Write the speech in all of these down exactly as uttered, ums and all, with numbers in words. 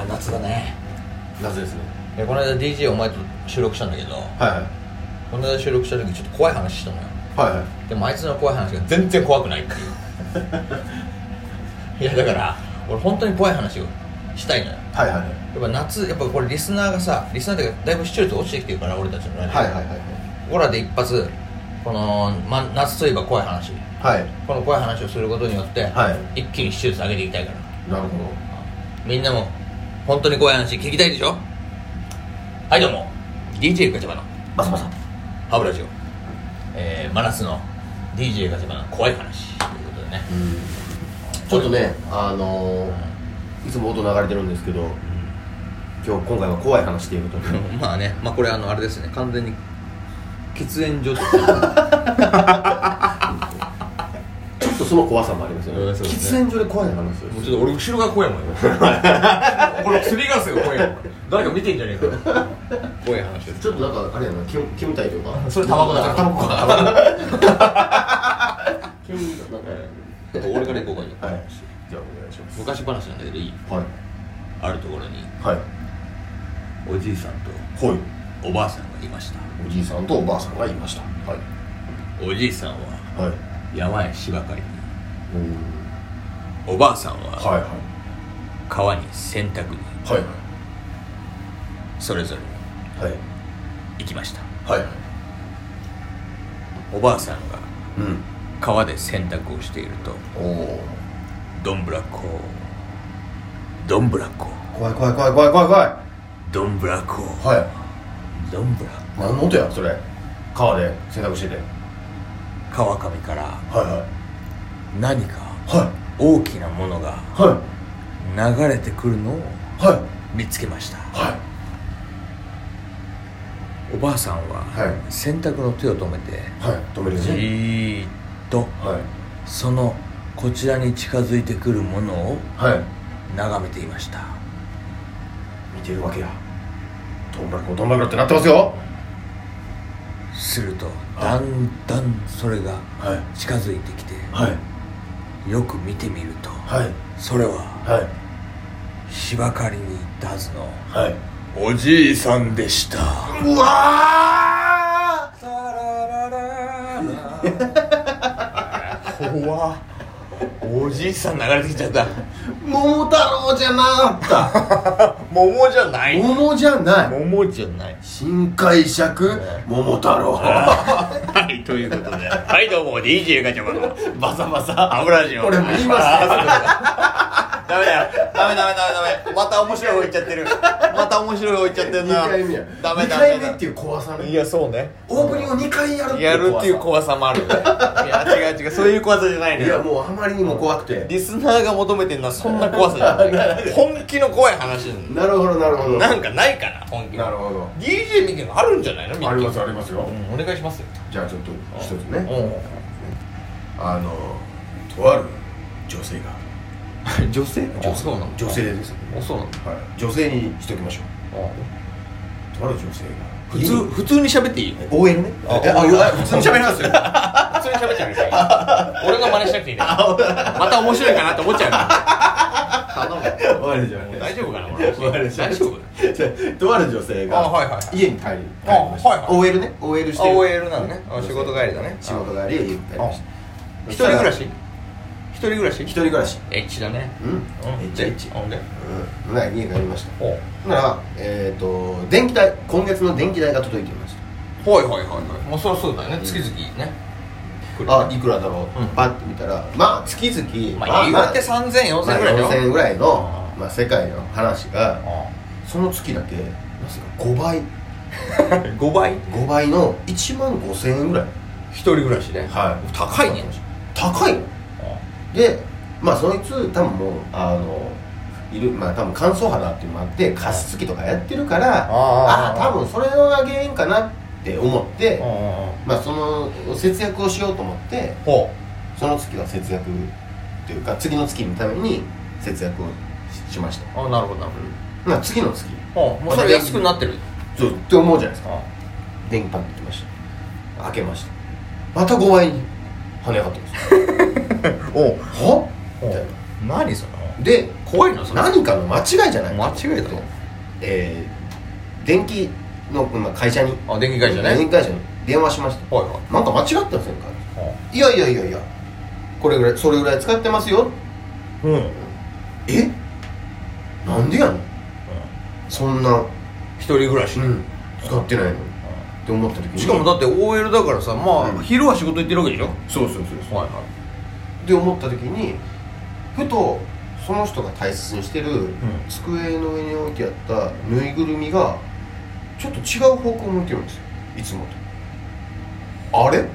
あ夏だね。 夏ですね。 でこの間 ディージェー お前と収録したんだけど、 はいはいこの間収録した時ちょっと怖い話したのよ。 はいはい。 でもあいつの怖い話が全然怖くないっていういやだから俺本当に怖い話をしたいのよ。 はいはいはい。 やっぱ夏、やっぱこれリスナーがさ、リスナーってかだいぶ視聴率落ちてきてるから俺たちのラジオ。 はいはいはいはい。 オラで一発この、ま、夏といえば怖い話、 はい。 この怖い話をすることによって、 はい、 一気に視聴率上げていきたいから。 なるほど。 みんなも本当に怖い話聞きたいでしょ。はいどうも ディージェー ガチャバのバサバサハブラジオ、えー、真夏の ディージェー ガチャバの怖い話ということでね。 うんちょっとね、あのー、いつも音流れてるんですけど、今日今回は怖い話っていうことでまあね、まあこれあのあれですね、完全に喫煙所とちょっとその怖さもありますよね。 うんそうですね喫煙所で怖い話ですよ。 もうちょっと俺後ろが怖いもんよこれすりガラスが怖いもん。誰か見てんじゃねえか怖い話です。 ちょっとなんかあれやな、煙煙たいというかそれタバコだから。 タバコか煙なんか俺から行こうか。いいよ、 はい、じゃあお願いします。 昔話なんだけどいい。 はいあるところにはいおじいさんとはい。 おばあさんがいました。 おじいさんとおばあさんがいました。はいおじいさんははい。 山へ芝刈りに、 うんおばあさんははいはい川に洗濯にはいそれぞれはい行きました。 はいはい。 おばあさんがうん川で洗濯をしていると、 おおどんぶらこどんぶらこ怖い怖い怖い怖い怖い怖い。 どんぶらこはい。 どんぶら何の音やそれ。川で洗濯してて。 川上からはいはい何かはい大きなものがはい流れてくるのをはい見つけました。 はいおばあさんははい洗濯の手を止めてはい止めるじね。 ーっとはいそのこちらに近づいてくるものをはい眺めていました。 見てるわけや。どんぶらこどんぶらこってなってますよ。 するとだんだんそれがはい近づいてきて、 はいよく見てみるとはいそれははい芝刈りに行ったはずのはいおじいさんでした。 うわサラララ怖っ。おじいさん流れてきちゃった。 ー桃太郎じゃなかった桃じゃない桃じゃない桃じゃない新解釈桃太郎はい、ということではいどうも ディージェー ガチャバのバサバサハブラジオ。 これも言いますダメだよダメダメダメダメまた面白い方行っちゃってるまた面白い方行っちゃってるにな。 かいめやダメダにメかいめっていう怖さね。 いやそうね、 オープニングをにかいやるっていうやる怖さっていう怖さもあるね。いや違う違う、そういう怖さじゃないのよ。 いやもうあまりにも怖くて。 リスナーが求めてるのはそんな怖さじゃない本気の怖い話なるほどなるほど。 なんかないかな本気の。 なるほど。 ディージェー ミキがあるんじゃないの。ミキありますありますよ。 うん、お願いしますよ。 じゃあちょっと一つね。 うんあのとある女性が女性女そうなの。 女性です。 あそうなの。 はい。女性にしときましょう。とある女性が普通普通に喋っていいよ。 オーエル ね。 あえああ普通に喋りますよ。 普通に喋っちゃうね。俺の真似しなくていいね。また面白いかなって思っちゃうから頼む。 終わりじゃん。 大丈夫かなこれ。 終わりじゃん。 大丈夫。 とある女性があはいはい家に帰り帰りました。 あはいはいオーエル ね。オーエル してる。 オーエル なのね。あ仕事帰りだね。 仕事帰りで家に帰りました。 一人暮らし一人暮らし一人暮らし。 エッチだね。 うん。 うんエッチエッチ。 ほんでうん。ね家に帰りました。 おうほんならえっと電気代今月の電気代が届いていました。 はいはいはいはい。もうそりゃそうだよね。月々ね。 あいくらだろう、 うんパッて見たらまあ月々 まあ言うてさんぜんよんせんぐらいだよ。 よんせんえんぐらいのうんまあ世界の話があその月だけなぜかごばいあごばいごばいのいちまんごせんえんぐらい。 一人暮らしで。 はい高いね。 高いのでまあそいつ多分もうあのいるまあ多分乾燥肌っていうのもあって加湿器とかやってるからああああ多分それが原因かなって思ってうんまあその節約をしようと思ってほその月は節約というか次の月のために節約をしました。 う。あなるほどなるまあ次の月ほど。もうそれ安くなってる。 そうって思うじゃないですか。電気パッときました開けましたまたごばいに跳ね上がってますおうはみたいな何それ。 で怖いのそれ。 何かの間違いじゃない間違いだろ。 えー、電気の、まあ、会社にあ、電気会社ね。 電気会社に電話しました。 はいはい。 なんか間違ってませんか、いやいやいやいやこれぐらいそれぐらい使ってますよ。 うん。 えなんでやねん、うん、そんな一人暮らし、 うん、使ってないのに、うん、って思った時に、 しかもだって オーエル だからさ、まあ、うん、昼は仕事行ってるわけでしょ。 そうそうそうそう、はいはい、で思った時にふとその人が大切にしてる、うん、机の上に置いてあったぬいぐるみがちょっと違う方向を向いてるんですよ、いつもと。あれ、うん、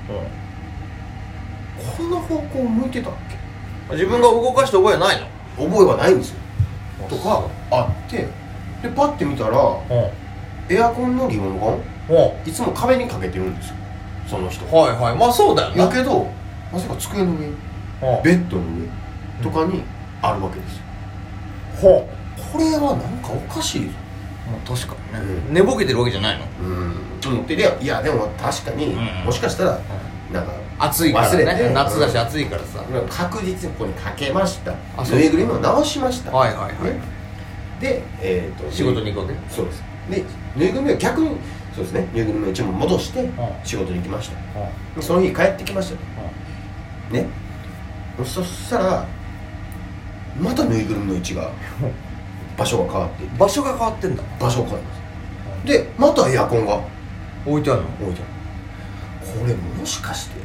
こんな方向を向いてたっけ。 自分が動かして覚えはないの？ 覚えはないんですよとかあって、でパッて見たら、うん、エアコンのリモコン、うん、いつも壁にかけてるんですよその人。はいはい、まあそうだよね。だけどなぜか机の上、うん、ベッドの上とかにあるわけですよ、うん、これはなんかおかしいぞ。まあ、確かにね、うん、寝ぼけてるわけじゃないの。うん、うん、でいや、いやでも確かに、うん、もしかしたら、うん、なんか暑いからね、夏だし暑いからさ、うん、確実にここにかけました。ぬいぐるみを直しました。はいはいはい、ね、で、えー、と仕事に行くわけ。そうです。でぬいぐるみは逆にそうですね、ぬいぐるみを一応戻して仕事に行きました、うん、その日帰ってきました、うん、ね。そしたらまたぬいぐるみの位置が場所が変わって場所が変わってんだ。場所が変わります、うん、でまたエアコンが置いてあるの。置いてある。これもしかして、うん、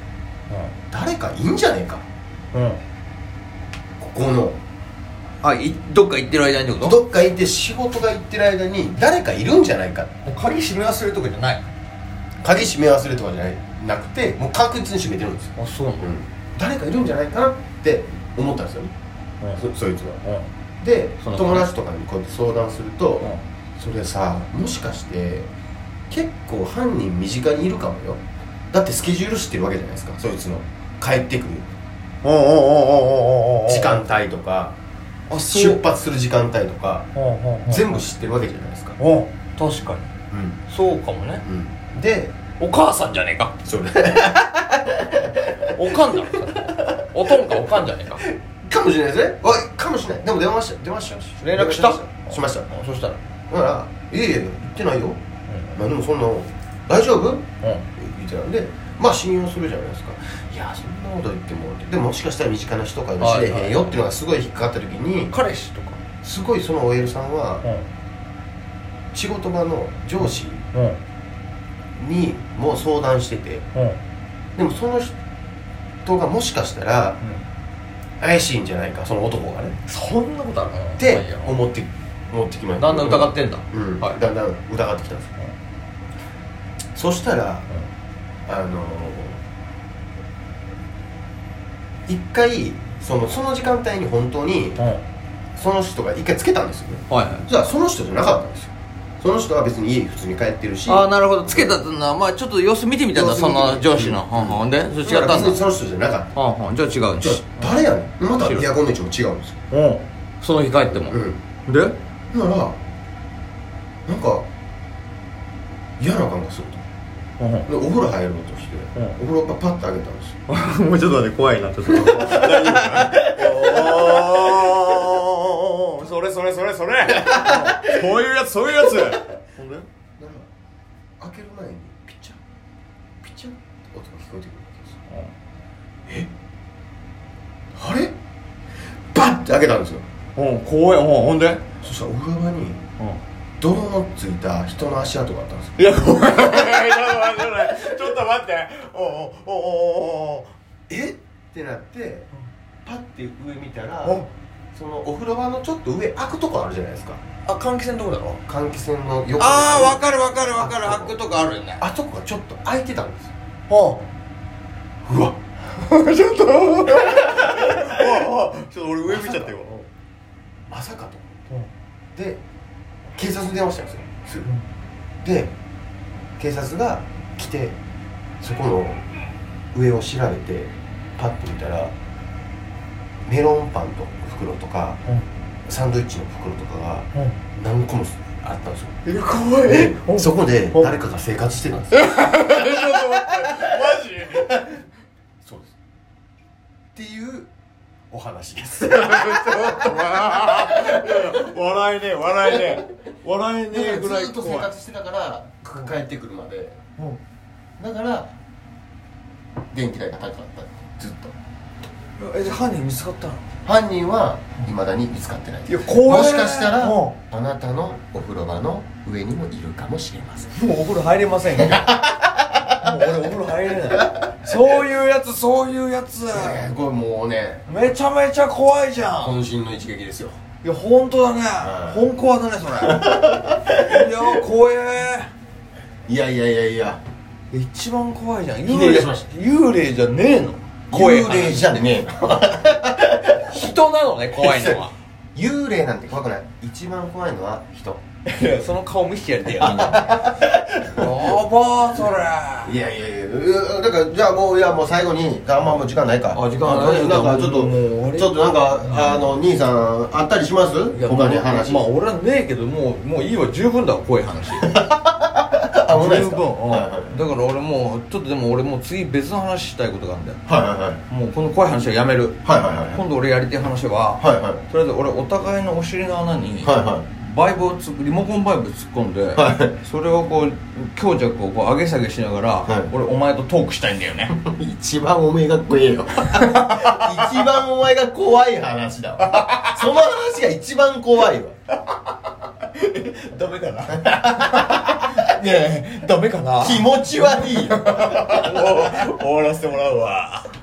誰かいいんじゃねえか、うん、ここのあいどっか行ってる間にってこと。どっか行って仕事が行ってる間に誰かいるんじゃないか。もう鍵閉め忘れるとかじゃない。鍵閉め忘れるとかじゃないなくて、もう確実に閉めてるんですよ。あ、そうなの、うん、誰かいるんじゃないかなって思ったんですよね、うん、そ, そいつは、うん、で友達とかにこうやって相談すると、うん、それさもしかして結構犯人身近にいるかもよ。だってスケジュール知ってるわけじゃないですか、そいつの帰ってくる時間帯とかあ出発する時間帯とか全部知ってるわけじゃないですか。確かに、うん、そうかもね、うん、でお母さんじゃねえかそれおかんだろおとんかおかんじゃねえかかもしれないですね。おいかもしれない。でも電話した電話した連絡したしました。そしたらだからいやいや言ってないよ、うん、まあでもそんな大丈夫、うん、言ってたんで、まあ信用するじゃないですか。いやそんなこと言ってもでももしかしたら身近な人かもしれへんよっていうのがすごい引っかかった時に、彼氏とかすごいその オーエル さんは、うん、仕事場の上司にも相談してて、うん、でもその人がもしかしたら、うん、怪しいんじゃないかその男がね。そんなことあるのって思って思ってきました。だんだん疑ってんだ、うんはい、だんだん疑ってきたんですよ、うん、そしたら、うん、あの一回そのその時間帯に本当に、うん、その人が一回つけたんですよね、はいはい、じゃあその人じゃなかったんですよ。その人は別に家普通に帰ってるし。ああなるほど、つけたってのはまあちょっと様子見てみたんだその上司の、うん、ほんでそれ違ったんだ。別にその人じゃなかった、はんはんじゃあ違うんだ。じゃあ誰やねん。またエアコンの位置も違うんですよ、うん、その日帰っても、うん、でだからなんか嫌な感がすると、うん、でお風呂入ろうとして、うん、お風呂パッと上げたんですよもうちょっと待って怖いなちょっと大丈夫かおそれそれそれそれそういうやつそういうやつほんでだから開ける前にピッチャーピッチャーって音が聞こえてくるわけですよ、うん、えあれバッて開けたんですよ、うん、怖い、うん、ほんでそしたらお風呂場に、うん泥のついた人の足跡があったんですよ。いやごめんちょっと待ってちょっと待っておおおおおえってなってパッて上見たらそのお風呂場のちょっと上開くとこあるじゃないですか。あ換気扇のとこだろ。換気扇の横ああ分かる分かる分かる開くとこあるよね。あそこがちょっと開いてたんですよ。はあうわちょっとちょっと俺上見ちゃったよ。まさかとで警察に電話したんですよすぐ、うん、で警察が来てそこの上を調べてパッと見たらメロンパンの袋とか、うん、サンドイッチの袋とかが何個もあったんですよ。え怖い。でそこで誰かが生活してたんですよちょっと待ってマジそうですっていうお話です。 ちょっと笑えねえ笑えねえ笑えねえぐらいずっと生活してたから帰ってくるまで、うん、だから電気代が高かったずっと。 え、犯人見つかったの？ 犯人は未だに見つかってない。 いや怖い。 もしかしたらあなたのお風呂場の上にもいるかもしれません。 もうお風呂入れませんよ。もう俺お風呂入れない。そういうやつそういうやつ、 えー、これもうねめちゃめちゃ怖いじゃん。 渾身の一撃ですよ。 いや本当だね、本コアだねそれ。いや怖え。 いやいやいやいや一番怖いじゃん。 幽霊幽霊じゃねえの？ 幽霊じゃねえの。 人なのね怖いのは。 幽霊なんて怖くない。一番怖いのは人。 いやその顔見せてやりたいよみんな。やばーそれ。 いやいやいやだからじゃあもういやもう最後にあんまもう時間ないか。 あ時間ない。 なんかちょっとちょっとなんかあの兄さんあったりします？他に話。 まあ俺はねえけどもうもういいわ十分だわ怖い話。 あ十分。 だから俺もうちょっとでも俺もう次別の話したいことがあるんだよ。 はいはいはい。 もうこの怖い話はやめる。 はいはいはい。 今度俺やりたい話ははいはい。 とりあえず俺お互いのお尻の穴に。 はいはい。 バイブをつリモコンバイブ突っ込んで、はい、それをこう強弱をこう上げ下げしながら、はい、俺お前とトークしたいんだよね。 一番お前が怖えよ。一番お前が怖い話だわ。その話が一番怖いわ。 ダメかな。ねえダメかな。 気持ち悪いよ。 終わらせてもらうわ。